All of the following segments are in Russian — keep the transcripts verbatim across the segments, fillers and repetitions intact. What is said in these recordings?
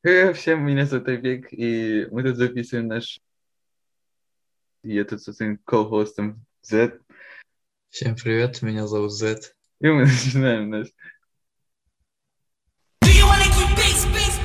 Э, всем, меня зовут Айбек, и мы тут записываем наш... Я тут со своим ко-хостом Z, Всем привет, меня зовут Зет. и мы начинаем наш... Do you wanna keep peace, peace?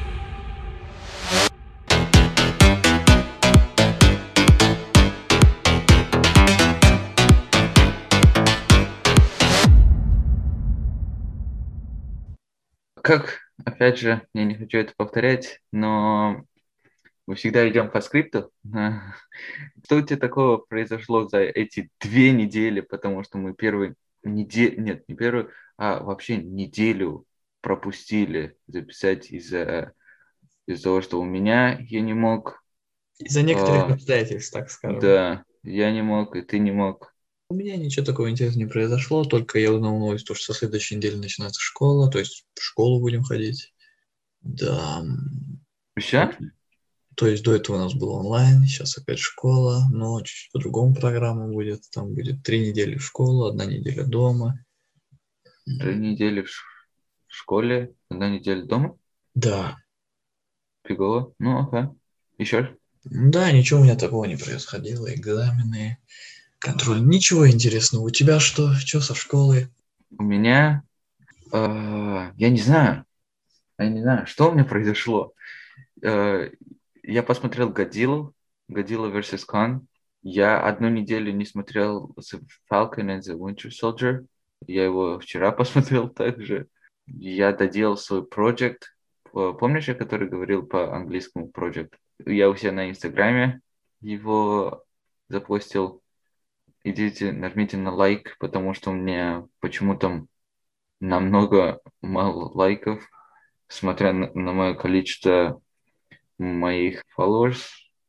Как, опять же, я не хочу это повторять, но мы всегда идем по скрипту. А, Что у тебя такого произошло за эти две недели, потому что мы первую неделю, нет, не первую, а вообще неделю пропустили записать из-за из-за того, что у меня я не мог, Из-за некоторых а, обстоятельств, так скажем. да, я не мог, и ты не мог. У меня ничего такого интересного не произошло, только я узнал новость, то, что со следующей недели начинается школа, то есть в школу будем ходить. Да. м, Все? вот. То есть до этого у нас было онлайн, сейчас опять школа, но чуть-чуть по-другому программа будет. Там будет три недели в школу, одна неделя дома. Три М, недели в ш- в школе, одна неделя дома? Да. Фигово. Ну, ага. Еще? Да, ничего у меня такого не происходило. Экзамены, контроль. Ничего интересного. У тебя что? Что со школой? У меня... э, я не знаю. Я не знаю, что у меня произошло. Э, я посмотрел Годзиллу. Годзилла versus Kong. Я одну неделю не смотрел The Falcon and the Winter Soldier. Я его вчера посмотрел также. Я доделал свой проект. Э, Помнишь, я который говорил по английскому проект? Я у себя на Инстаграме его запостил. Идите, нажмите на лайк, потому что у меня почему-то намного мало лайков, смотря на, на мое количество моих followers.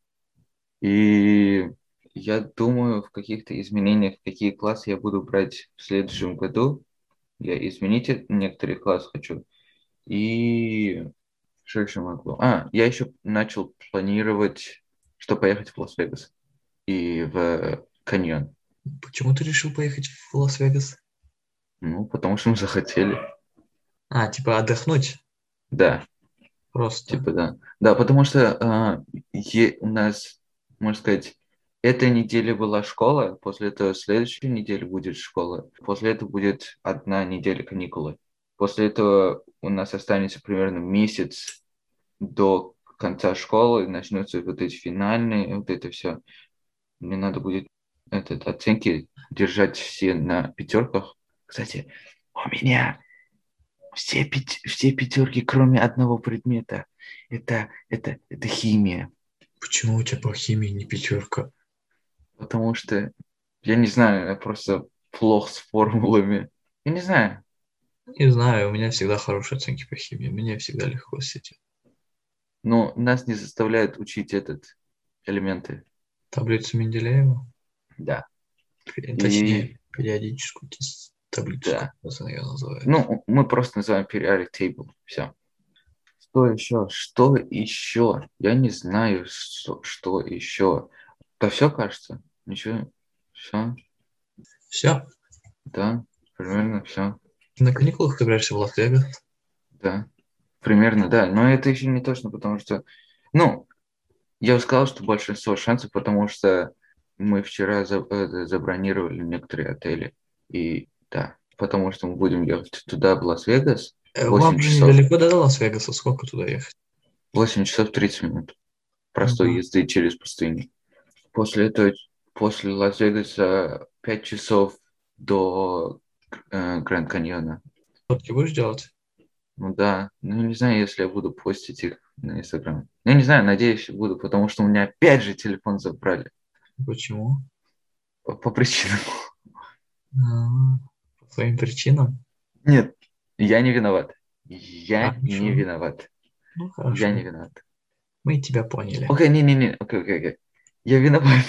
И я думаю, в каких-то изменениях, какие классы я буду брать в следующем году. Я изменить э- некоторые классы хочу. И что еще могу? А, я еще начал планировать, что поехать в Лас-Вегас и в каньон. Почему ты решил поехать в Лас-Вегас? Ну, потому что мы захотели. А, типа отдохнуть Да, просто. типа да. Да, потому что а, е- у нас, можно сказать, эта неделя была школа, после этого следующей недели будет школа, после этого будет одна неделя каникулы. После этого у нас останется примерно месяц до конца школы, начнутся вот эти финальные, вот это все. Мне надо будет этот, оценки держать все на пятерках. Кстати, у меня все, пяти- все пятерки, кроме одного предмета. Это, это, это химия. Почему у тебя по химии не пятерка? Потому что, я не знаю, я просто плохо с формулами. Я не знаю. Не знаю, у меня всегда хорошие оценки по химии. Мне всегда легко с этим. Но нас не заставляют учить этот элементы. Таблицу Менделеева, Да. пе- точнее, И периодическую тис- таблицу, как да. вас ее называют. Ну, мы просто называем periodic table. Все. Что еще? Что еще? Я не знаю, что, что еще. Да все, кажется. Ничего. Все. Все, Да. Примерно все. на каникулах собираешься в Лас-Вегас. Да. Примерно, да. Но это еще не точно, потому что, ну, я бы сказал, что большинство шансов, потому что мы вчера за- э, забронировали некоторые отели. И да, потому что мы будем ехать туда, в Лас-Вегас, Э, Вам восемь же часов. недалеко до Лас-Вегаса, сколько туда ехать? Восемь часов тридцать минут простой Ага. езды через пустыню. После этого, после Лас-Вегаса пять часов до э, Гранд Каньона. Фотки будешь делать? Ну да, ну не знаю, если я буду постить их на Инстаграм. Я не знаю, надеюсь, буду, потому что у меня опять же телефон забрали. Почему? По, по причинам. А, по своим причинам? Нет, я не виноват. Я не Хорошо. виноват. Ну, Я не хорошо. виноват. Мы тебя поняли. Окей, не-не-не, окей, окей, окей. Я виноват.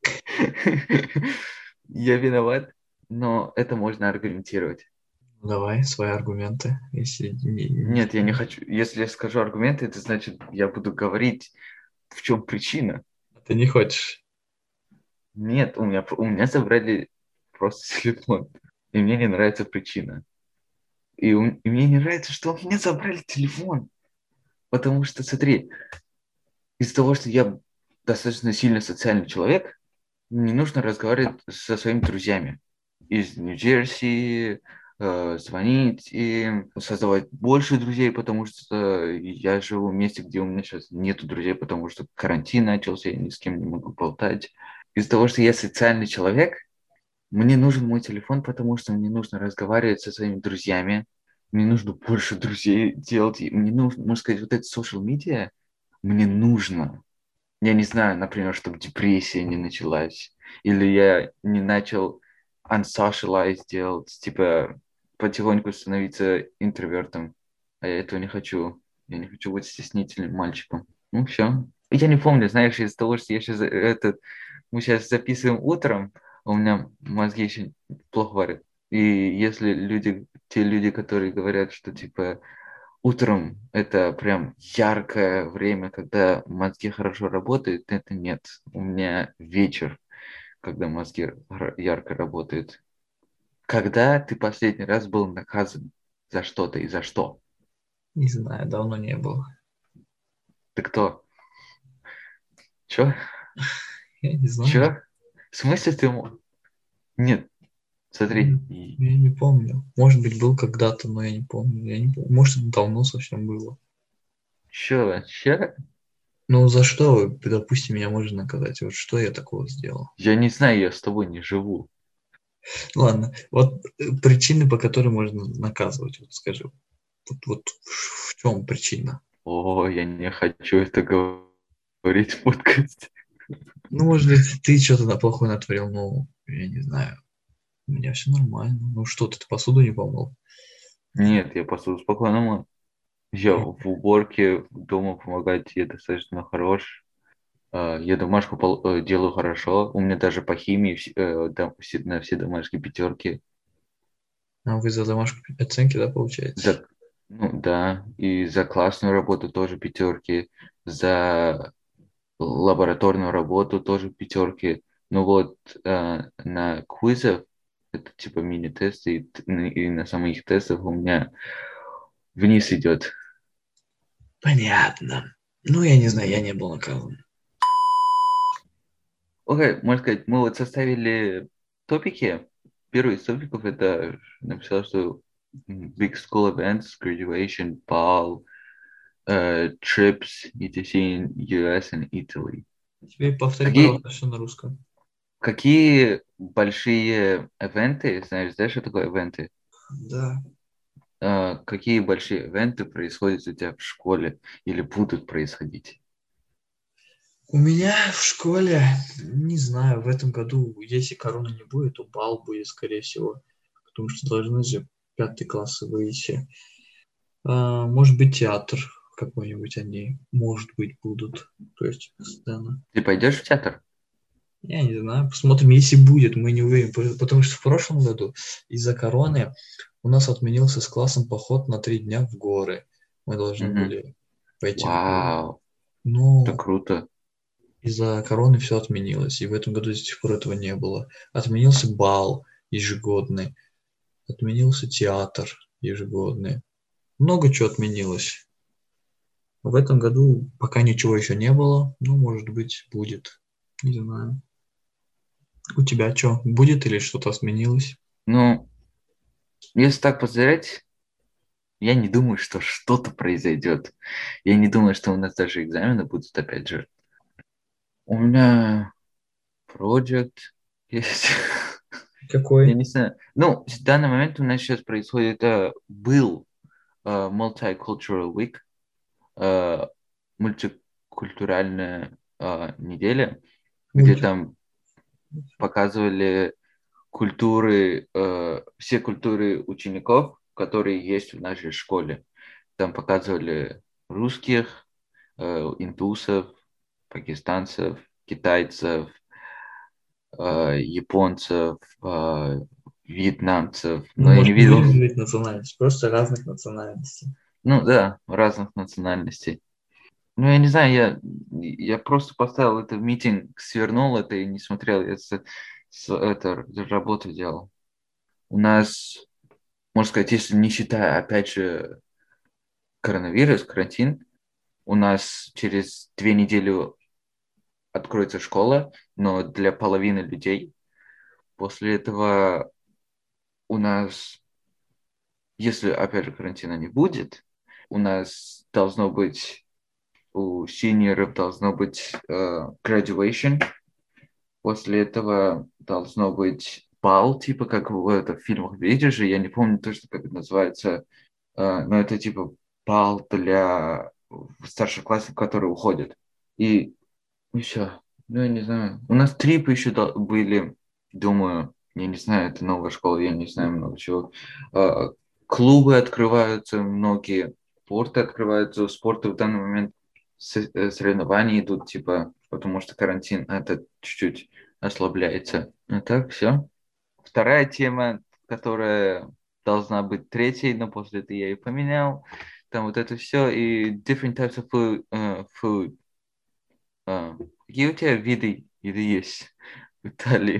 Я виноват, но это можно аргументировать. Давай свои аргументы, если не, не Нет, я не знаешь. хочу. Если я скажу аргументы, это значит, я буду говорить, в чем причина. Ты не хочешь. Нет, у меня, п- у меня забрали просто телефон. И мне не нравится причина. И, у- и мне не нравится, что у меня забрали телефон. Потому что, смотри, из-за того, что я достаточно сильно социальный человек, мне нужно разговаривать со своими друзьями из Нью-Джерси, э, звонить им, создавать больше друзей, потому что я живу в месте, где у меня сейчас нету друзей, потому что карантин начался, я ни с кем не могу болтать. Из-за того, что я социальный человек, мне нужен мой телефон, потому что мне нужно разговаривать со своими друзьями, мне нужно больше друзей делать, и мне нужно, можно сказать, вот это social media мне нужно. Я не знаю, например, чтобы депрессия не началась, или я не начал unsocialize делать, типа потихоньку становиться интровертом. А я этого не хочу. Я не хочу быть стеснительным мальчиком. Ну, все. Я не помню, знаешь, из-за того, что я сейчас этот, мы сейчас записываем утром, а у меня мозги еще плохо варят. И если люди, те люди, которые говорят, что типа утром это прям яркое время, когда мозги хорошо работают, это нет. У меня вечер, когда мозги р- ярко работают. Когда ты последний раз был наказан за что-то и за что? Не знаю, давно не было. Ты кто? Чё? Я не знаю. Чё? В смысле ты... мо- Нет, Я не, смотри. и- я не помню. Может быть, был когда-то, но я не помню. Я не помню. Может, это давно совсем было. Чё? Чё? Ну, за что вы, допустим, меня можно наказать? Вот что я такого сделал? Я не знаю, я с тобой не живу. Ладно, вот э, причины, по которым можно наказывать, вот скажи. Вот, вот в в чем причина? О, я не хочу это говорить в подкасте. Ну, может быть, ты что-то на плохое натворил, ну, я не знаю. У меня все нормально. Ну что, ты посуду не помыл? Нет, я посуду спокойно мою. Я в уборке дома помогать я достаточно хорош. А, Я домашку пол- э, делаю хорошо. У меня даже по химии вс- э, дом- все- на все домашние пятерки. А вы за домашку оценки, да, получаете? За, ну да, и за классную работу тоже пятерки. За лабораторную работу тоже пятерки. Ну вот э, на квизах, это типа мини-тесты, и, т- и на самих тестах у меня вниз идет. Понятно. Ну, я не знаю, я не был наказан. Окей, можно сказать, мы вот составили топики. Первый из топиков это написал, что м, big school events, graduation, ball, э, trips, и ти си in ю эс and Italy. Тебе повтори, Какие, пожалуйста, все на русском. какие большие ивенты, знаешь, знаешь, что такое ивенты? Да. Э, какие большие ивенты происходят у тебя в школе или будут происходить? У меня в школе, не знаю, в этом году, если короны не будет, то бал будет, скорее всего, потому что должны же пятый классы выйти. А, может быть, театр какой-нибудь они, может быть, будут, то есть сцена. Ты пойдешь в театр? Я не знаю, посмотрим, если будет, мы не уверены, по- потому что в прошлом году из-за короны у нас отменился с классом поход на три дня в горы. Мы должны Мгм. были пойти в горы. Вау, это Но круто. из-за короны все отменилось, и в этом году до сих пор этого не было. Отменился бал ежегодный, отменился театр ежегодный. Много чего отменилось. В этом году пока ничего еще не было, ну, может быть, будет. Не знаю. У тебя что, будет или что-то сменилось? Ну, если так посмотреть, я не думаю, что что-то произойдет. Я не думаю, что у нас даже экзамены будут опять же. У меня проект есть. Я Какой? не знаю. Ну, в данный момент у нас сейчас происходит, э, был э, Multicultural Week, э, мультикультуральная э, неделя, где Мультик. там показывали культуры, э, все культуры учеников, которые есть в нашей школе. Там показывали русских, э, индусов, пакистанцев, китайцев, э, японцев, э, вьетнамцев. Ну, Но я не может, не видел, будем говорить национальность, просто разных национальностей. ну да, разных национальностей. Ну, я не знаю, я, я просто поставил это в митинг, свернул это и не смотрел. Я с, с- это, работу делал. У нас, можно сказать, если не считая, опять же, коронавирус, карантин, у нас через две недели откроется школа, но для половины людей. После этого у нас, если, опять же, карантина не будет, у нас должно быть, у синьоров должно быть э, graduation. После этого должно быть бал, типа как в, это, в фильмах видишь же, я не помню точно, как это называется, э, но это типа бал для старшеклассников, которые уходят. И еще, ну я не знаю, у нас трипы еще дол- были, думаю, я не знаю, это новая школа, я не знаю много чего. Э, клубы открываются, многие спорты открываются, у спорта в данный момент с- э, соревнования идут, типа, потому что карантин это чуть-чуть ослабляется. А так, все. Вторая тема, которая должна быть третьей, но после этого я ее поменял. Там вот это все и different types of food. э, food. А, какие у тебя виды еды есть в Италии?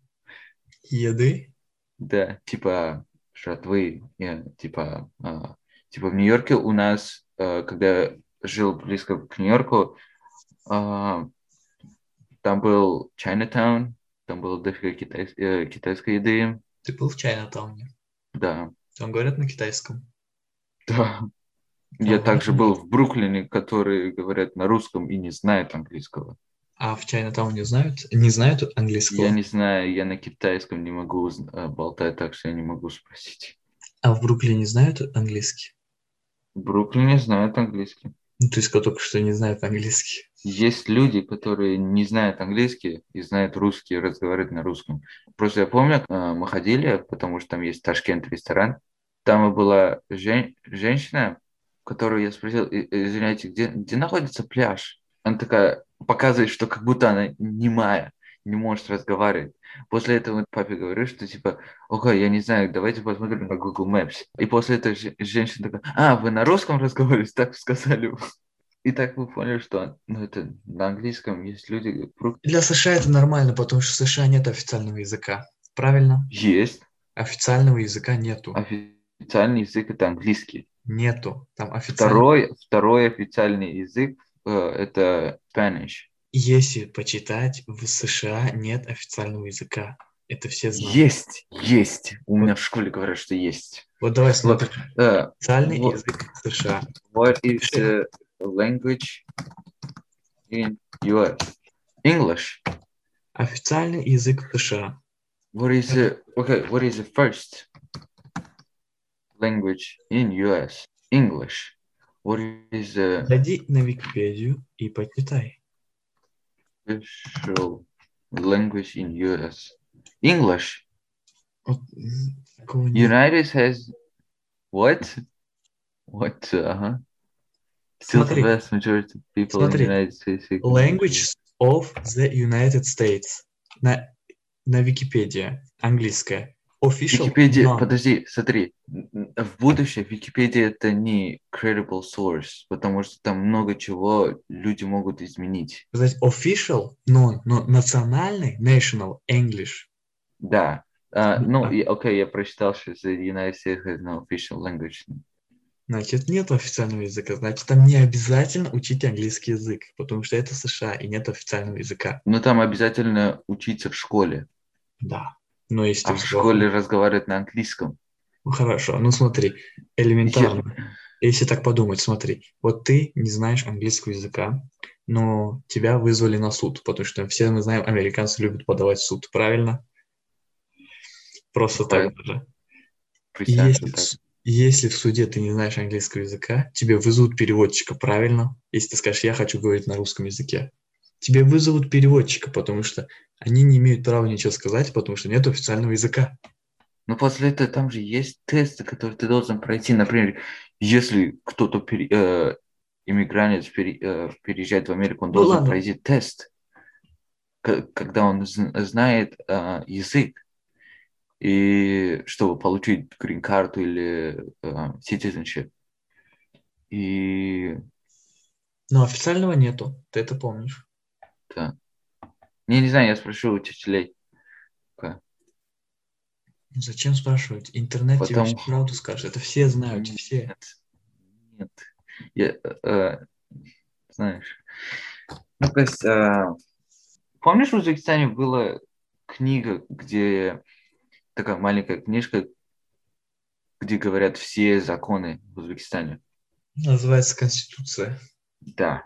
Еды? Да, типа шатвы, э, типа, а, типа в Нью-Йорке у нас, э, когда жил близко к Нью-Йорку, а, там был Chinatown, там было дофига китай- э, китайской еды. Ты был в Чайнатауне? Да, Там говорят на китайском. да. Я Там говорят также на был русском. в Бруклине, которые говорят на русском и не знают английского. А в Чайнатауне знают? Не знают Я английского? не знаю, я на китайском не могу уз- э, болтать, так что я не могу спросить. А в Бруклине знают английский? В Бруклине знают английский. Ну, ты сказал только что не знают английский. Есть люди, которые не знают английский и знают русский, и разговаривают на русском. Просто я помню, э, мы ходили, потому что там есть Ташкент ресторан. Там и была жен- женщина, которую я спросил: «И- извиняйте, где, где находится пляж?» Она такая показывает, что как будто она немая, не может разговаривать. После этого папе говорю, что типа, окей, я не знаю, давайте посмотрим на Google Maps. И после этого же- женщина такая: а, вы на русском разговариваете? Так сказали. И так вы поняли, что ну, это на английском есть люди. про- Для США это нормально, потому что в США нет официального языка. Правильно? Есть. Официального языка нету. Официальный язык это английский. Нету. Там официально. Второй, второй официальный язык э, это Spanish. Если почитать, в США нет официального языка. Это все знают. Есть, есть. У меня Вот, в школе говорят, что есть. вот давай Look, смотри. uh, Официальный what, язык США. what is Пиши. the language in U S? English. Официальный язык США. What is the okay? What is the first language in U S? English. What is the Зайди на Википедию и почитай. official language in U S? English. Вот, м, такого нет. United has what? What? Uh-huh. Still the Смотри, vast majority of people in the смотри. United States speak English. Language of the United States. На, на Википедии. Английская. Official? Википедия, None. подожди, смотри, н- н- в будущем Википедия это не credible source, потому что там много чего люди могут изменить. Сказать official? None. Но национальный? National English. Да, а, ну, А, и- окей, я прочитал, что the United States has no official language. Значит, нет официального языка. Значит, там не обязательно учить английский язык, потому что это США и нет официального языка. Но там обязательно учиться в школе, Да. Но если ты а в взрослый. школе разговаривать на английском. Ну, хорошо. Ну смотри, Я- элементарно. Если так подумать, смотри, вот ты не знаешь английского языка, но тебя вызвали на суд, потому что все мы знаем, американцы любят подавать в суд, правильно? Просто так Окей, даже. И представим, что если в, так. с- если в суде ты не знаешь английского языка, тебе вызовут переводчика, правильно? Если ты скажешь, я хочу говорить на русском языке. Тебе вызовут переводчика, потому что они не имеют права ничего сказать, потому что нет официального языка. Но после этого там же есть тесты, которые ты должен пройти. Например, если кто-то, пере- э, иммигрант пере- э, переезжает в Америку, он Ну должен ладно, пройти тест, к- когда он зн- знает э, язык. И чтобы получить грин-карту или э, citizenship. И но официального нету, ты это помнишь. да. Не, не знаю, я спрошу у учителей. Ка- Ну, зачем спрашивать? Интернет тебе Потому... всю правду скажет. Это все знают, Нет, все. нет. Я, э, знаешь. Ну, то есть, а, помнишь, в Узбекистане была книга, где такая маленькая книжка, где говорят все законы в Узбекистане? Называется Конституция. Да,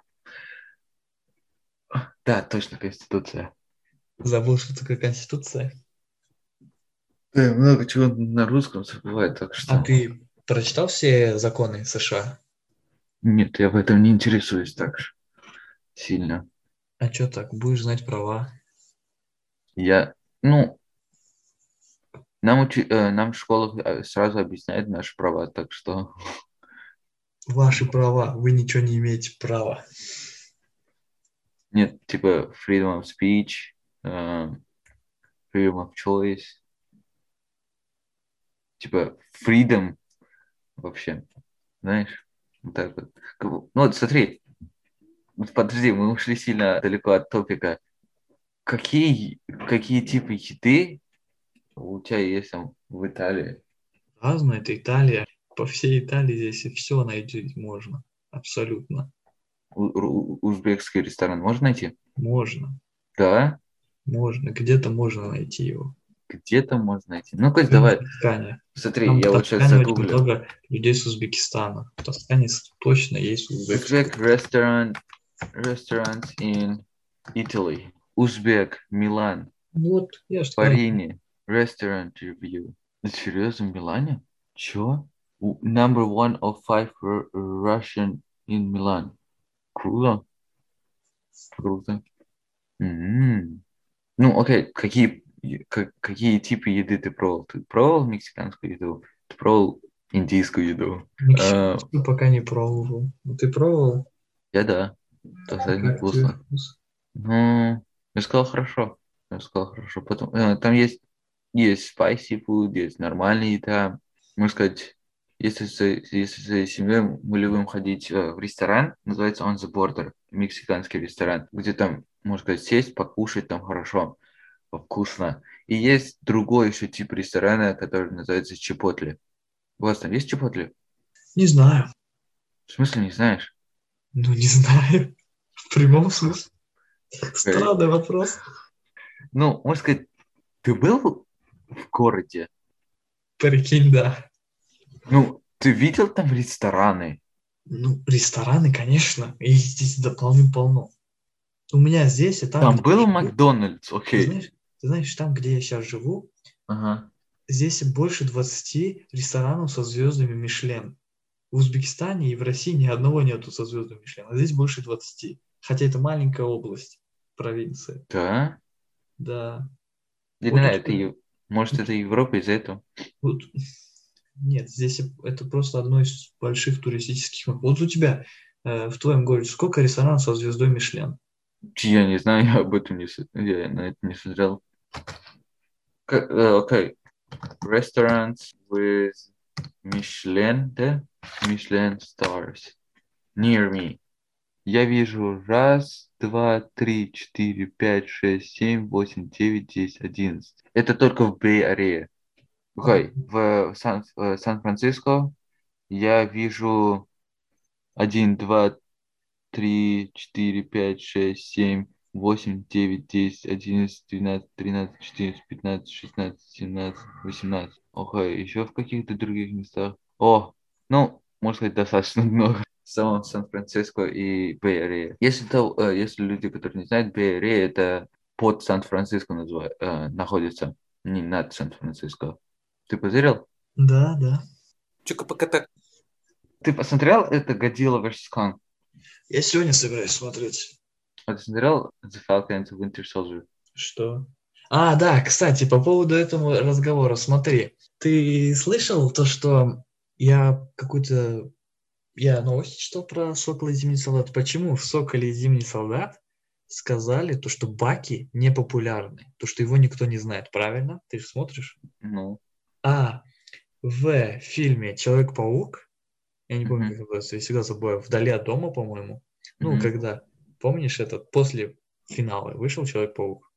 да, точно, Конституция. Забыл, что такое Конституция. Да, много чего на русском забывает, так А что... ты прочитал все законы США? Нет, я в этом не интересуюсь так же сильно. А чё так? Будешь знать права. Я, ну, нам, учи, э, нам в школах э, сразу объясняют наши права, так что... Ваши права. Вы ничего не имеете права. Нет, типа freedom of speech, э, freedom of choice, типа freedom вообще, знаешь, вот так вот. Как бы- Ну вот смотри, вот подожди, мы ушли сильно далеко от топика. Какие, какие типы еды у тебя есть там в Италии? Разно, это Италия. По всей Италии здесь все найти можно. Абсолютно. У- у- узбекский ресторан можно найти? Можно. Да? Можно. Где-то можно найти его. Где-то можно найти. Ну, Кость, Особенно в давай, Тоскане. смотри, Там в я вот сейчас Тоскане очень загуглю. много людей с Узбекистана. В Тоскане с- точно есть узбекская. Uzbek restaurant, restaurants in Italy. Узбек, Милан, Ну вот, я же сказал, Парине, restaurant review. Да серьезно, в Милане? Чё? У- Number one of five Ru- Russian in Milan. Круто, круто. М. Ну, окей, какие, е- ка- какие типы еды ты пробовал? Ты пробовал мексиканскую еду? Ты пробовал индийскую еду? Э, мексиканскую пока не пробовал. Ну ты пробовал? я да, достаточно Как тебе вкусно. вкус? Ну, я сказал хорошо. Я сказал хорошо. Потом, э, там есть, есть spicy food, есть нормальная еда. Можно сказать, если с, если с семьей мы любим ходить э, в ресторан, называется On the Border, мексиканский ресторан, где там, можно сказать, сесть, покушать там хорошо, вкусно. И есть другой еще тип ресторана, который называется Чипотле. У вас там есть Чипотле? Не знаю. В смысле, не знаешь? Ну не знаю. В прямом смысле. Э, Странный вопрос. Ну, можно сказать, ты был в городе? Прикинь, да. Ну, ты видел там рестораны? Ну, рестораны, конечно, их здесь дополнительно. У меня здесь и там, Там где я был живу, Макдональдс, ты окей. знаешь, ты знаешь, там, где я сейчас живу, Ага. здесь больше двадцати ресторанов со звездами Мишлен. В Узбекистане и в России ни одного нету со звездами Мишлен, а здесь больше двадцати. Хотя это маленькая область, провинция. Да? Да. Я не Вот у знаю, это, тебя, Ев- может, это Европа из-за этого? вот, нет, здесь это просто одно из больших туристических. Вот у тебя э, в твоем городе сколько ресторанов со звездой Мишлен? Я не знаю, я об этом не, с- я на это не смотрел. К- э, Окей. Restaurants with Michelin, да? Michelin stars. Near me. Я вижу раз, два, три, четыре, пять, шесть, семь, восемь, девять, десять, одиннадцать. Это только в Бэй-Аре. Окей. В Сан- в Сан-Франциско я вижу один, два, три, четыре, пять, шесть, семь, восемь, девять, десять, одиннадцать, двенадцать, тринадцать, четырнадцать, пятнадцать, шестнадцать, семнадцать, восемнадцать. Окей, еще в каких-то других местах. О, ну, можно сказать, достаточно много. В самом Сан-Франциско и Бэй-Аре. Если, то, э, если люди, которые не знают, Бэй-Аре это под Сан-Франциско называют, э, находится, не над Сан-Франциско. Ты позырил? Да, да. Чука-пока-так. Ты посмотрел это Годзилла versus Kong? Я сегодня собираюсь смотреть. А ты смотрел The Falcon and the Winter Soldier? Что? А, да, кстати, по поводу этого разговора, смотри, ты слышал то, что я какую-то, я новость читал про Сокола и Зимний солдат. Почему в Соколе и Зимний солдат сказали то, что Баки не популярны, то, что его никто не знает, правильно? Ты же смотришь? Ну, А в фильме Человек-паук, я не помню, мгм, как называется, я всегда забываю, «Вдали от дома», по-моему, ну, мгм. когда, помнишь этот, после финала вышел Человек-паук,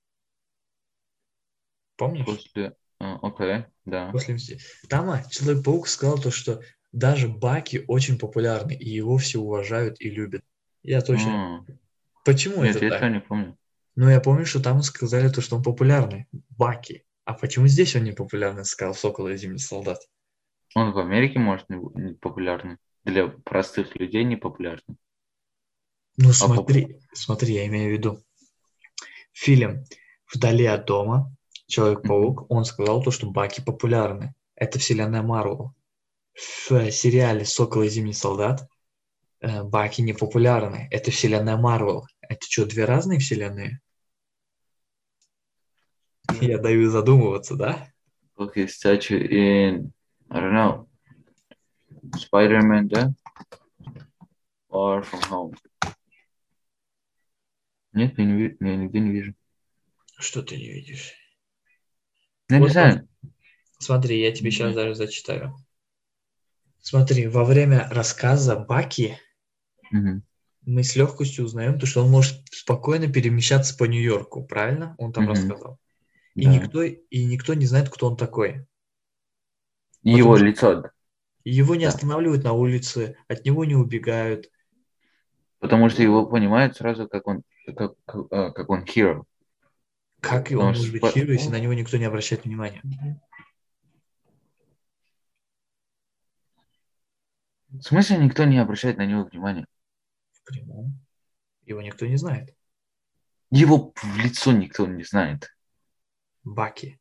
помнишь? После... а, окей, да. После Мстителей. Там а, Человек-паук сказал то, что даже Баки очень популярный, и его все уважают и любят. Я точно... М, Почему Нет, это я этого так? не помню. Ну, я помню, что там сказали то, что он популярный. Баки. А почему здесь он не популярный, сказал Сокол и Зимний солдат? Он в Америке, может, не, не популярный. Для простых людей не популярный. Ну, А поп... смотри, смотри, я имею в виду. Фильм «Вдали от дома», Мгм. Человек-паук, он сказал то, что Баки популярны. Это вселенная Марвел. В сериале «Сокол и Зимний солдат» э, Баки не популярны. Это вселенная Марвел. Это что, две разные вселенные? Я даю задумываться, да? Okay, statue in, I don't know, Spider-Man, да? Or From Home. Нет, я, не, ви- я нигде не вижу. Что ты не видишь? Я не Вот смо- знаю. смотри, я тебе сейчас Мгм. даже зачитаю. Смотри, во время рассказа Баки Мгм. мы с легкостью узнаем то, что он может спокойно перемещаться по Нью-Йорку, правильно? Он там Мгм. рассказал. И Да. никто, и никто не знает, кто он такой. И Потому его что лицо, его не да. останавливают на улице, от него не убегают. Потому что его понимают сразу, как он, как, как, а, как он hero. Как и он Потому может что быть Спа- хиро, если на него никто не обращает внимания? в смысле никто не обращает на него внимания? В прямом. Его никто не знает. Его в лицо никто не знает. Баки.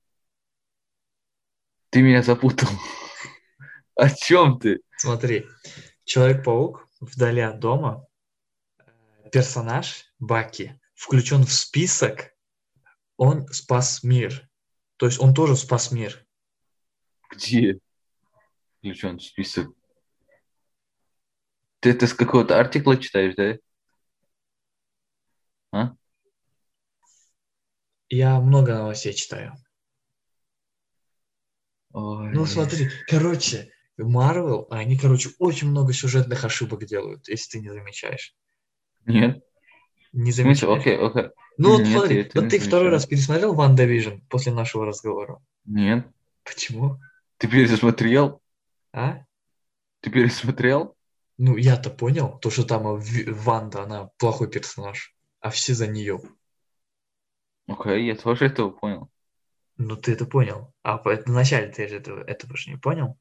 Ты меня запутал. О чем ты? Смотри, Человек-паук вдали от дома, персонаж Баки включен в список, он спас мир. То есть он тоже спас мир. Где включен список? Ты это с какого-то артикла читаешь, да? А? Я много новостей читаю. Ну, Ой. смотри, короче, Марвел, они, короче, очень много сюжетных ошибок делают, если ты не замечаешь. Нет. Не В смысле? замечаешь? Окей, окей. Ну вот Нет, я смотри, это вот не ты второй раз замечаю. пересмотрел Ван Division после нашего разговора. Нет. Почему? Ты пересмотрел? А? Ты пересмотрел? Ну, я-то понял, то, что там э, Ви- Ванда, она плохой персонаж, а все за нее. Окей, я тоже этого понял. Ну, ты это понял. А по- это вначале ты же этого, этого же не понял.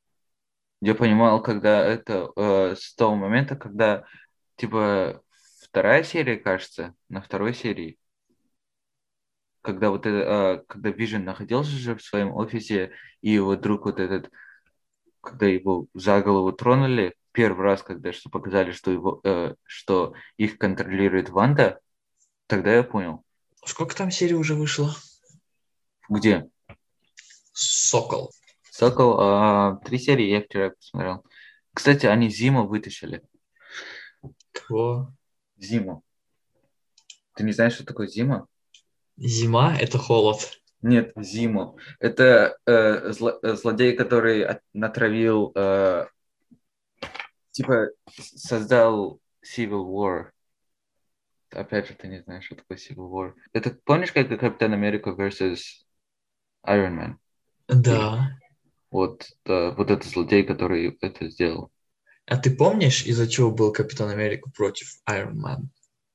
Я понимал, когда это э, с того момента, когда типа вторая серия, кажется, на второй серии, когда вот это, э, когда Вижн находился же в своем офисе, и его друг вот этот, когда его за голову тронули, первый раз, когда что показали, что его, э, что их контролирует Ванда, тогда я понял. Сколько там серий уже вышло? Где? Сокол. Сокол, а, три серии я вчера посмотрел. Кстати, они Зиму вытащили. Кого? Зиму. Ты не знаешь, что такое Зима? Зима– это холод. Нет, Зиму. Это э, зло- э, злодей, который от- натравил, э, типа, с- создал Civil War. Опять же, ты не знаешь, что такое Civil War. Это помнишь, как Капитан Америка versus Iron Man? Да. Вот, э, вот этот злодей, который это сделал. А ты помнишь, из-за чего был Капитан Америка против Iron Man?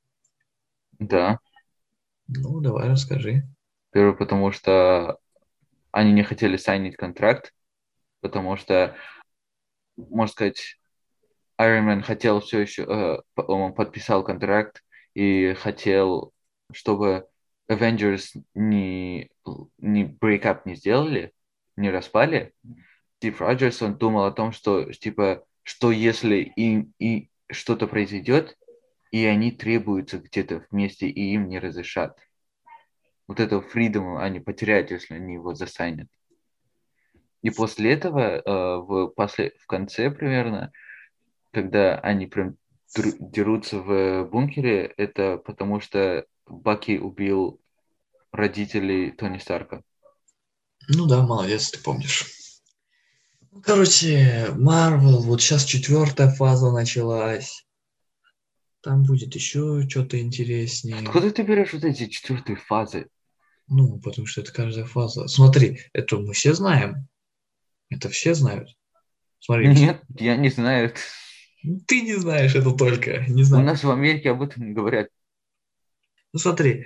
Да. Ну, давай расскажи. Первое, потому что они не хотели сайнить контракт, потому что, можно сказать, Iron Man хотел все еще, э, п- он подписал контракт и хотел, чтобы Avengers не, не break-up не сделали, не распали. Стив Роджерс, он думал о том, что, типа, что если им и что-то произойдет, и они требуются где-то вместе, и им не разрешат. Вот этого freedom они потеряют, если они его засайнят. И после этого, э, в, после, в конце примерно, когда они прям дру- дерутся в бункере, это потому что Баки убил родителей Тони Старка. Ну да, молодец, ты помнишь. Ну, короче, Марвел, вот сейчас четвертая фаза началась. Там будет еще что-то интереснее. Откуда ты берешь вот эти четвертые фазы? Ну, потому что это каждая фаза. Смотри, это мы все знаем. Это все знают. Смотри, все- Нет, я не знаю. Ты не знаешь это только, не У знаю. нас в Америке об этом не говорят. Ну смотри,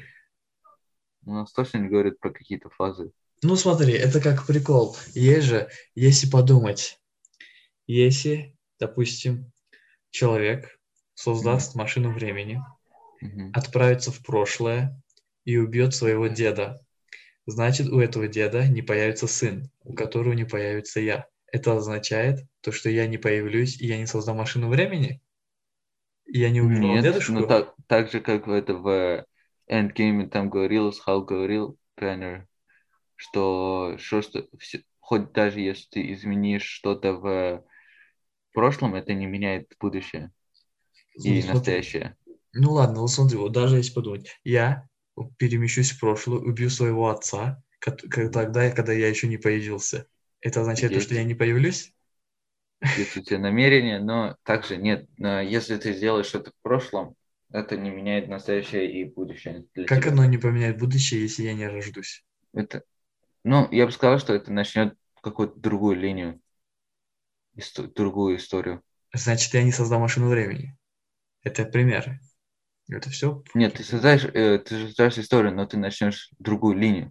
У нас точно не говорят про какие-то фазы. ну смотри, это как прикол. Есть же, если подумать, если, допустим, человек Мгм. создаст машину времени, Мгм. отправится в прошлое и убьет своего деда, значит, у этого деда не появится сын, у которого не появится я. Это означает то, что я не появлюсь, и я не создам машину времени? И я не убивал Нет, ну дедушку? так, так же, как в это в Endgame там говорилось, Халк говорил, Пеннер, что, что, что всё- хоть даже если ты изменишь что-то в прошлом, это не меняет будущее Ну и смотри, настоящее. ну ладно, вот смотри, вот даже если подумать, я перемещусь в прошлое, убью своего отца, кот- ко- тогда, когда я еще не появился. Это означает то, что я Есть, не появлюсь? есть у тебя намерение, но также нет. Но если ты сделаешь это в прошлом, это не меняет настоящее и будущее для Как тебя. оно не поменяет будущее, если я не рождусь? Это, ну, я бы сказал, что это начнет какую-то другую линию, исто- другую историю. Значит, я не создам машину времени. Это примеры. Это все? Нет, ты создаешь, э, ты же создаешь историю, но ты начнешь другую линию.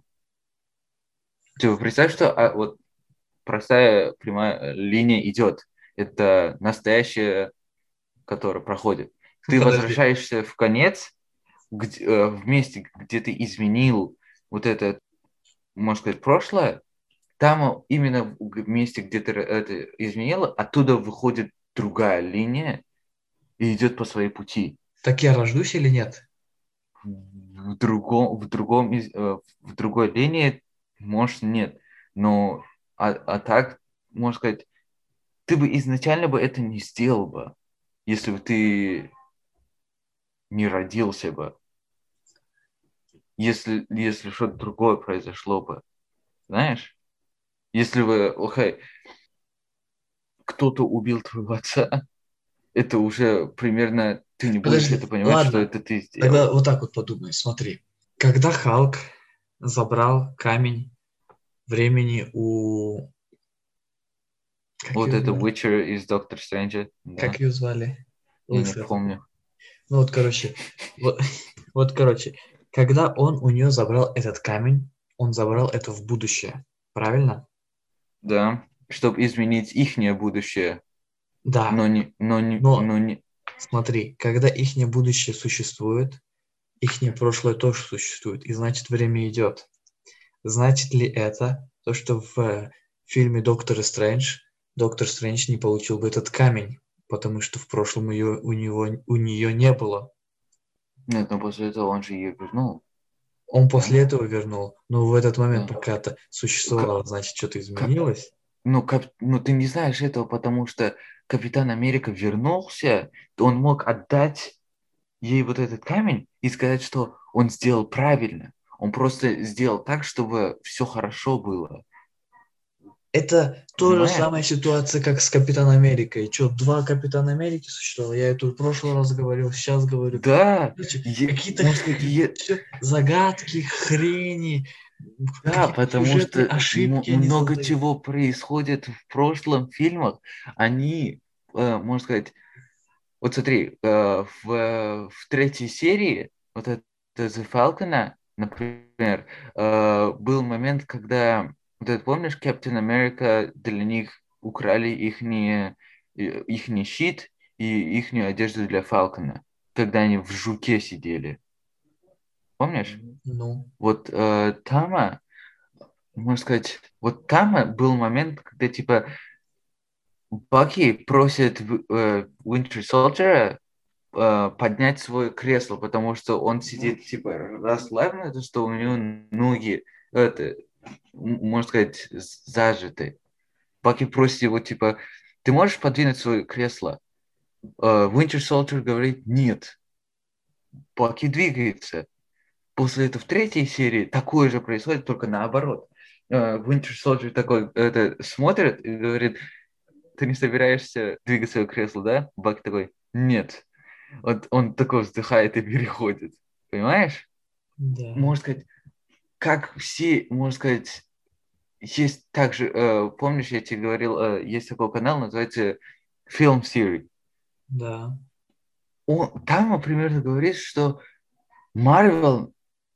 Ты представь, что а, вот простая прямая э, линия идет. Это настоящее, которое проходит. Ты Подожди. возвращаешься в конец, где, э, в месте, где ты изменил вот это, можно сказать, прошлое. Там именно в месте, где ты это изменил, оттуда выходит другая линия и идет по своей пути. Так я рождусь или нет? В другом, в другом, из- э, в другой линии, может, нет. Но, а, а так, можно сказать, ты бы изначально бы это не сделал бы, если бы ты не родился бы, если, если что-то другое произошло бы, знаешь? Если бы, окей, кто-то убил твоего отца, это уже примерно, ты не будешь Подожди. это понимать, что Ладно. это ты Тогда сделал. вот так вот подумай. Смотри. Когда Халк забрал камень времени у... Как Вот ее это звали? Witcher из Доктор Стрэнджа, Как да, ее звали? я не Лысая такая. помню. Ну вот, короче. Вот, вот, короче. Когда он у нее забрал этот камень, он забрал это в будущее. Правильно? Да, чтобы изменить ихнее будущее, Да. но не, но не, Но но не, смотри, когда ихнее будущее существует, ихнее прошлое тоже существует, и значит время идет. Значит ли это то, что в э, фильме «Доктор Стрэндж» Доктор Стрэндж не получил бы этот камень, потому что в прошлом ее, у, него, у нее не было? нет, но после этого он же ее вернул, Он да? после этого вернул, но в этот момент, Да. пока это Ка- существовало, значит, что-то ка- изменилось. ну, кап- ну, ты не знаешь этого, потому что Капитан Америка вернулся, то он мог отдать ей вот этот камень и сказать, что он сделал правильно. Он просто сделал так, чтобы все хорошо было. Это то же Понимаешь? самая ситуация, как с Капитан Америкой. Что, два Капитана Америки существовало? Я это в прошлый раз говорил, сейчас говорю. Да, Короче, е- какие-то можно сказать, х- е- всё загадки, хрени, да, какие-то потому сюжетные что м- ошибки они много создают. чего происходит в прошлом фильмах. Они, э, можно сказать, вот смотри, э, в, э, в третьей серии, вот это The Falcon, например, э, был момент, когда, вот это помнишь, Captain America для них украли ихние, их щит и ихнюю одежду для Фалкона, когда они в жуке сидели. Помнишь? Ну, Вот э, Тама, можно сказать, вот Тама был момент, когда типа Баки просит э, Winter Soldier э, поднять свое кресло, потому что он сидит типа расслабленно, то что у него ноги, это, м- можно сказать, зажаты. Баки просит его типа, ты можешь подвинуть свое кресло? Э, Winter Soldier говорит нет. Баки двигается. После этого в третьей серии такое же происходит, только наоборот. Э, Winter Soldier такой это, смотрит и говорит, ты не собираешься двигать свое кресло, да? Баки такой, нет. Вот он такой вздыхает и переходит. Понимаешь? да. Можно сказать, как все, можно сказать, есть также, э, помнишь, я тебе говорил, э, есть такой канал, называется Film Theory. Да. Он, там он примерно говорит, что Marvel,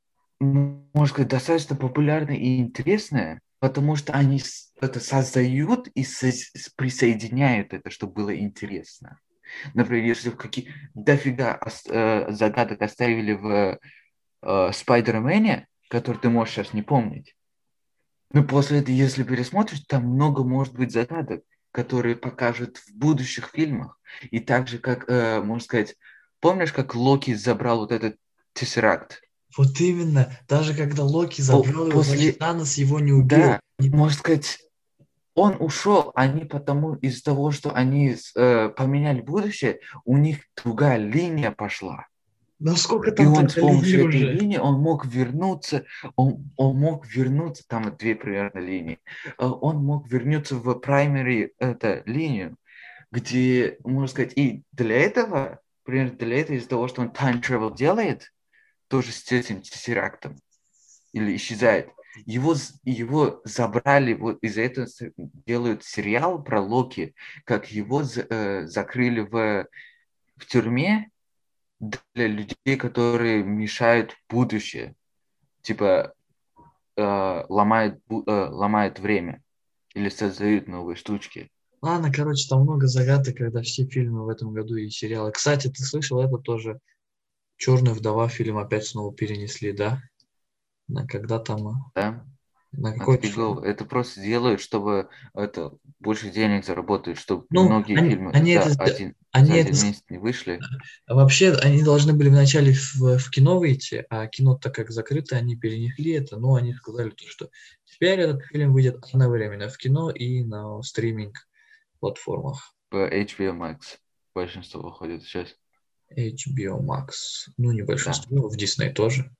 м, можно сказать, достаточно популярная и интересная, потому что они с- это создают и сос- присоединяют это, чтобы было интересно. Например, если в какие дофига ос- э, загадок оставили в э, Спайдермене, который ты можешь сейчас не помнить, ну после этого, если пересмотришь, там много может быть загадок, которые покажут в будущих фильмах. И так же, как, э, можно сказать, помнишь, как Локи забрал вот этот Тессеракт? Вот именно, даже когда Локи По- забрал его, значит, после, Танос его не убил. да, Не- можно сказать, он ушел, они потому, из-за того, что они э, поменяли будущее, у них другая линия пошла. Ну сколько И там он с тогда линий помощью этой уже? линии, он мог вернуться, он, он мог вернуться, там вот две примерно линии, э, он мог вернуться в primary это, линию, где, можно сказать, и для этого, примерно для этого, из-за того, что он time travel делает, тоже с этим тессерактом, или исчезает, его, з- его забрали, вот из-за этого с- делают сериал про Локи, как его з- э, закрыли в, в тюрьме, для людей, которые мешают будущее, типа э, ломают, бу- э, ломают время или создают новые штучки. Ладно, короче, там много загадок, когда все фильмы в этом году и сериалы. Кстати, ты слышал, это тоже «Черная вдова» фильм опять снова перенесли, да? На когда там, а, Да? на Это какое число? фигово. Это просто делают, чтобы это больше денег заработать, чтобы Ну, многие они, фильмы они за это, сде- один, они за это, один с- месяц не вышли. вообще, они должны были вначале в, в кино выйти, а кино, так как закрыто, они перенесли это, но они сказали, то, что теперь этот фильм выйдет одновременно в кино и на стриминг-платформах. В эйч би о Max большинство выходит сейчас. эйч би о Max, ну, не Да. большинство, в Disney тоже.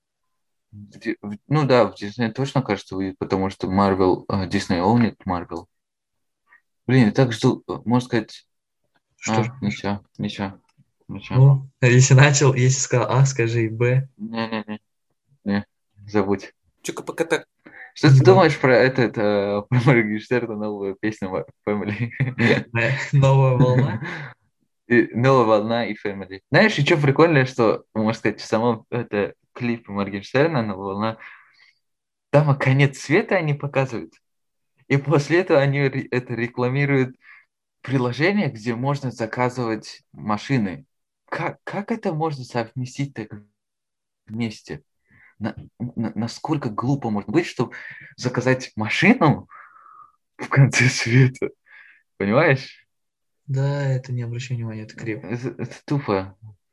В Ди- в- Ну да, в Disney точно, кажется, выйдет, потому что Marvel, э, Disney owned Marvel. Блин, я так жду, э, можно сказать, Что ж, а, ничего, ничего, ничего. ну, если начал, если сказал А, скажи и Б. Не-не-не, не, забудь. Чука-пока-так. Что ты Вот. думаешь про этот, э, про Моргенштерна новую песню Ма- Family? Э, Новая волна. И новая волна и Family. Знаешь, еще прикольно, что, можно сказать, в самом это, клипе Моргенштерна «Новая волна», там а, конец света они показывают. И после этого они ре- это рекламируют приложение, где можно заказывать машины. Как, как это можно совместить так вместе? На- на- насколько глупо можно быть, чтобы заказать машину в конце света? Понимаешь? Да, это не обращай внимания, это крип. Это, это тупо.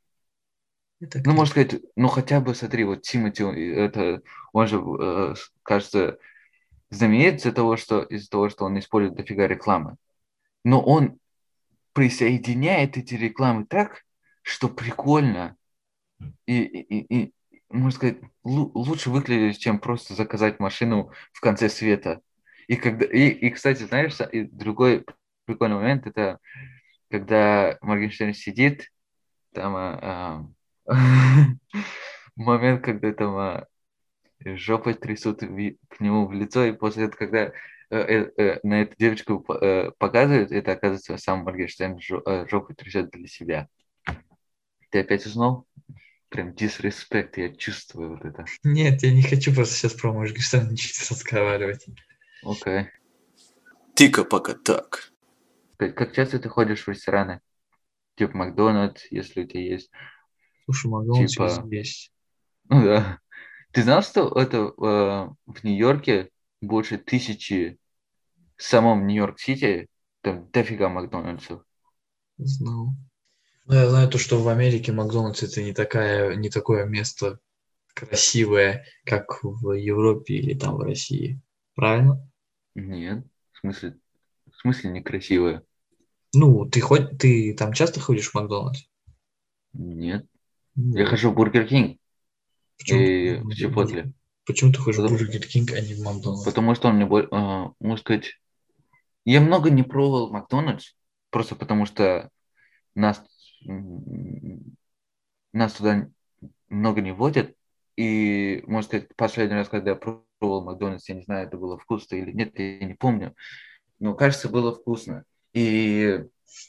Это Ну, крип. можно сказать, ну хотя бы, смотри, вот Тимати, он- это, он же, э, с- кажется, знаменит из-за того, что, из-за того, что он использует дофига рекламы. Но он присоединяет эти рекламы так, что прикольно. И, и, и, и, можно сказать, лу- лучше выглядит, чем просто заказать машину в конце света. И, когда, и, и кстати, знаешь, са- и другой прикольный момент, это когда Моргенштерн сидит, там а, а, момент, когда там а, жопой трясут ви- к нему в лицо, и после этого, когда э, э, э, на эту девочку п- э, показывают, это оказывается сам Моргенштерн жо- э, жопой трясет для себя. Ты опять узнал? Прям дисреспект, я чувствую вот это. Нет, я не хочу просто сейчас про Моргенштерна начать разговаривать. Окей. Тика пока так. Как как часто ты ходишь в рестораны? Типа Макдональдс, если у тебя есть. Слушай, Макдональдс Типа, везде есть. ну да. Ты знал, что это э, в Нью-Йорке больше тысячи в самом Нью-Йорк-Сити? Там дофига Макдональдсов. Знал. Ну, я знаю то, что в Америке Макдональдс это не такая, не такое место красивое, как в Европе или там в России. Правильно? Нет. В смысле, в смысле некрасивые? Ну, ты хоть ты там часто ходишь в Макдональдс? Нет. Ну Я вот. хожу в Бургер Кинг Почему ты ходишь и в в Бургер- Бур- Чипотле. почему ты ходишь в Потому, Бургер Кинг, а не в Макдональдс? потому что он мне, бо- э, можно сказать, я много не пробовал Макдональдс, просто потому что нас, м, нас туда много не водят. И, можно сказать, последний раз, когда я пробовал Макдональдс, я не знаю, это было вкусно или нет, я не помню. Но, кажется, было вкусно. И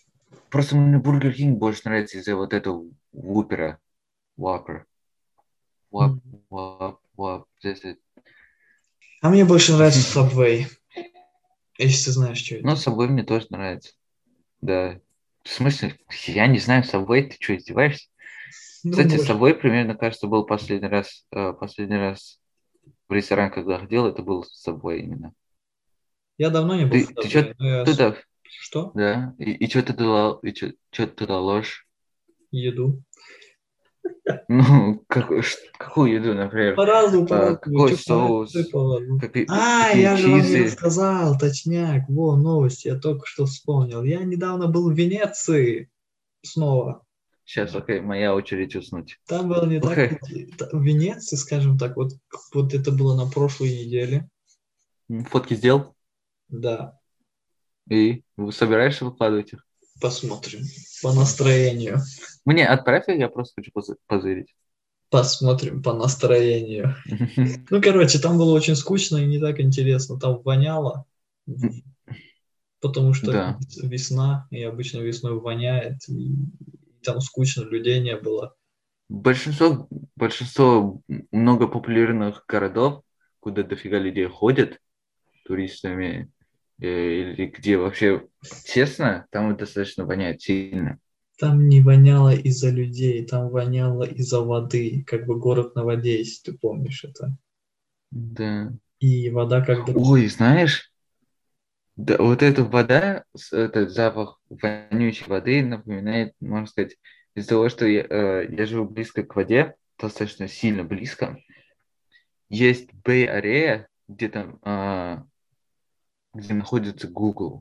Просто мне Бургер Кинг больше нравится из-за вот этого Вупера. Whopper. Whop, М. whop, whop. This is- А мне больше нравится Subway, если ты знаешь, что Ну, это. Subway мне тоже нравится. Да. В смысле? Я не знаю, Subway, ты что, издеваешься? Ну, Кстати, может. Subway примерно, кажется, был последний раз, э, последний раз в ресторан, когда ходил, это был Subway именно. Я давно не был в Ты, ты что Subway, но я... с- туда, Что? да? И, и что ты туда, и что, ты туда ложишь? Еду. Ну, как, ш- какую еду, например? По-разному, А, по-разному. какой Что соус? посыпало? Ну. Какие, А, какие я же вам не чизы? рассказал, точняк. Во, новость, я только что вспомнил. Я недавно был в Венеции снова. Сейчас, окей, моя очередь уснуть. Там было не так... Окей. инте- та- В Венеции, скажем так, вот, вот это было на прошлой неделе. М, Фотки сделал? Да, И вы собираешься выкладывать их? посмотрим. По настроению. Мне отправь, я просто хочу позы- позырить. Посмотрим по настроению. Ну, короче, там было очень скучно и не так интересно. Там воняло, потому что Да. весна, и обычно весной воняет, и там скучно, людей не было. Большинство, большинство много популярных городов, куда дофига людей ходят туристами, э, или где вообще тесно, там вот достаточно воняет сильно. Там не воняло из-за людей, там воняло из-за воды, как бы город на воде, если ты помнишь это. Да. И вода как бы... Ой, знаешь, да, вот эта вода, с- этот запах вонючей воды напоминает, можно сказать, из-за того, что я, э, я живу близко к воде, достаточно сильно близко. Есть Бэй-Арея, где там, а, где находится Google,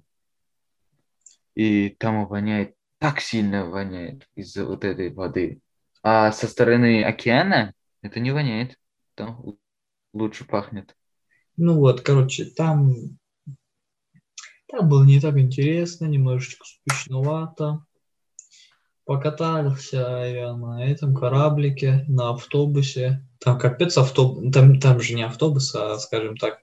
и там воняет, так сильно воняет из-за вот этой воды. А со стороны океана это не воняет, там л- лучше пахнет. Ну вот, короче, там, там было не так интересно, немножечко скучновато. Покатался я на этом кораблике, на автобусе. Там капец автобус, там, там же не автобус, а, скажем так,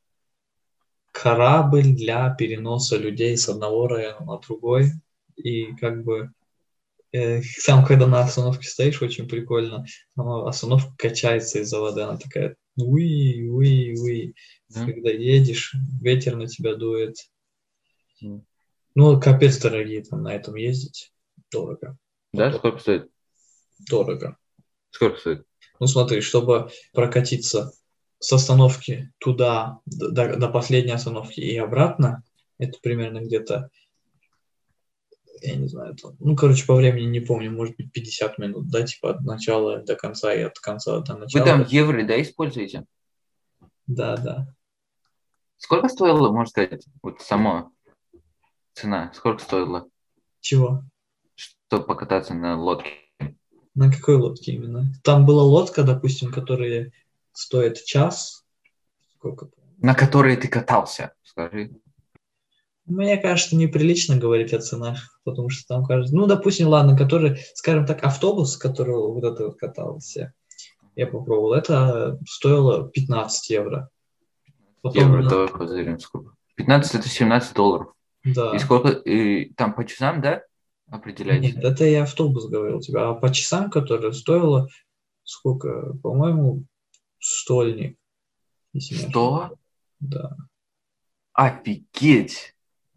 корабль для переноса людей с одного района на другой. И как бы э, сам, когда на остановке стоишь, очень прикольно. Но остановка качается из-за воды, она такая уи, уи, уи. Да? Когда едешь, ветер на тебя дует. М. Ну, капец дорогие там на этом ездить. Дорого. Да, Потом сколько стоит? дорого. Сколько стоит? Ну смотри, чтобы прокатиться с остановки туда, до, до последней остановки и обратно, это примерно где-то, я не знаю, там, ну, короче, по времени не помню, может быть, пятьдесят минут, да, типа от начала до конца и от конца до Вы там начала. евро, да, используете? Да, да. Сколько стоило, можно сказать, вот сама цена? Сколько стоило, Чего? чтобы покататься на лодке? На какой лодке именно? Там была лодка, допустим, которая стоит час. Сколько? На которой ты катался, скажи. Мне кажется, неприлично говорить о ценах, потому что там кажется, ну, допустим, ладно, который, скажем так, автобус, которого вот это вот катался, я попробовал, это стоило пятнадцать евро. Потом, Евро, на- давай позырим, сколько. пятнадцать это семнадцать долларов. И да, сколько, и там по часам, да, нет, определяется? это я автобус говорил тебе, а по часам, которое стоило, сколько, по-моему, стольник, если не ошибаюсь. Что? Да. Офигеть!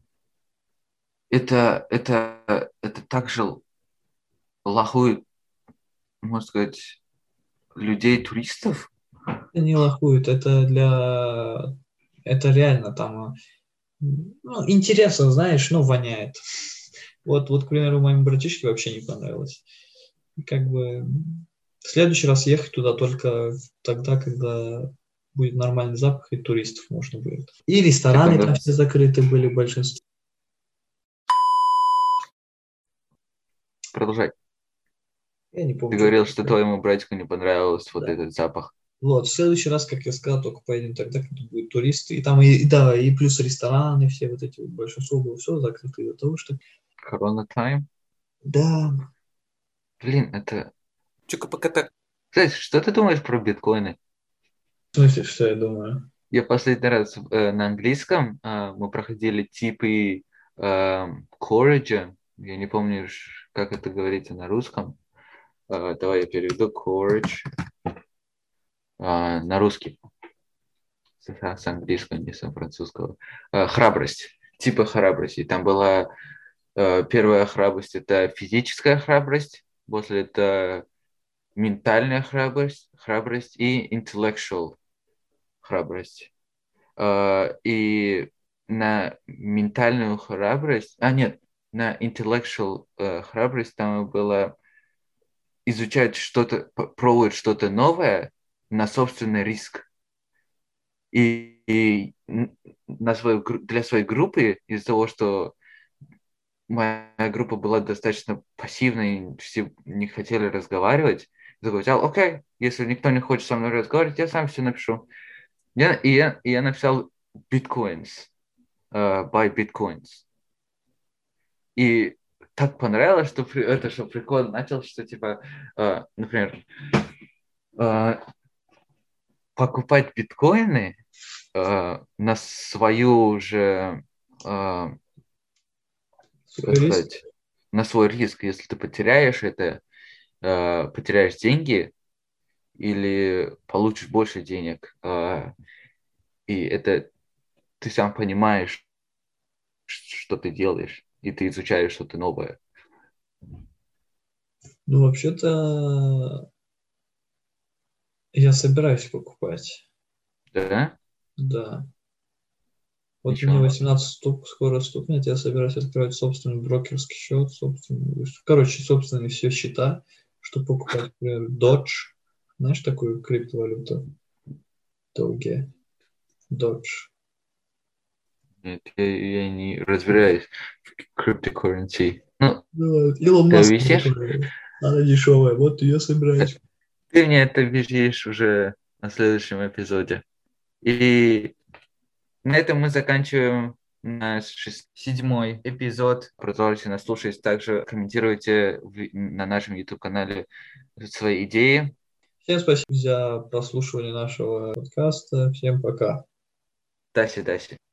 Это, это, это также лохует, можно сказать, людей-туристов? Это не лохует, это для... Это реально там, ну, интересно, знаешь, ну, воняет. Вот, вот, к примеру, моему братишке вообще не понравилось. И как бы в следующий раз ехать туда только тогда, когда будет нормальный запах, и туристов можно будет. И рестораны там Секунду. все закрыты были, большинство. Продолжай. Я не Ты помню, что говорил, там что было. твоему братику не понравился вот Да. этот запах. Вот, в следующий раз, как я сказал, только поедем тогда, когда будут туристы. И там, и, и да, и плюс рестораны, все вот эти, вот, большинство было все закрыто из-за того, что... Корона тайм? Да, Блин, это... Чука-пока-так. Кстати, что ты думаешь про биткоины? в смысле, что я думаю. Я последний раз э, на английском э, мы проходили типы э, Courage, Я не помню, ш- как это говорится на русском. А, давай я переведу courage а, на русский. С, с английского, не с французского. А, храбрость. Типа храбрости. Там была а, первая храбрость, это физическая храбрость. После это ментальная храбрость, храбрость и intellectual храбрость. А, и на ментальную храбрость, а нет, на intellectual э, храбрость там было изучать что-то, п- пробовать что-то новое на собственный риск. И, и н- на свою, гру- для своей группы, из-за того, что моя группа была достаточно пассивной, все не хотели разговаривать, я такой взял, окей, если никто не хочет со мной разговаривать, я сам все напишу. Я, и, я, и я написал bitcoins, uh, buy bitcoins. И так понравилось, что при- это, что прикол начал, что типа, э, например, э, покупать биткоины э, на свою же, э, как Свой риск. сказать, на свой риск, если ты потеряешь это, э, потеряешь деньги или получишь больше денег, э, и это ты сам понимаешь, что ты делаешь, и ты изучаешь что-то новое. Ну, вообще-то, я собираюсь покупать. Да? Да. Вот мне Ничего. восемнадцать штук скоро стукнет, я собираюсь открывать собственный брокерский счет, собственный, короче, собственные все счета, чтобы покупать, например, Dodge. Знаешь такую криптовалюту? Доге. Dodge. Нет, я, я не разбираюсь в cryptocurrency. Ну, Да, Илон ты Маск висишь? такой. Она дешевая, вот я собираюсь. Ты мне это объяснишь уже на следующем эпизоде. И на этом мы заканчиваем наш шест- седьмой эпизод. Продолжайте нас слушать. Также комментируйте в- на нашем YouTube-канале свои идеи. Всем спасибо за прослушивание нашего подкаста. Всем пока. До свидания.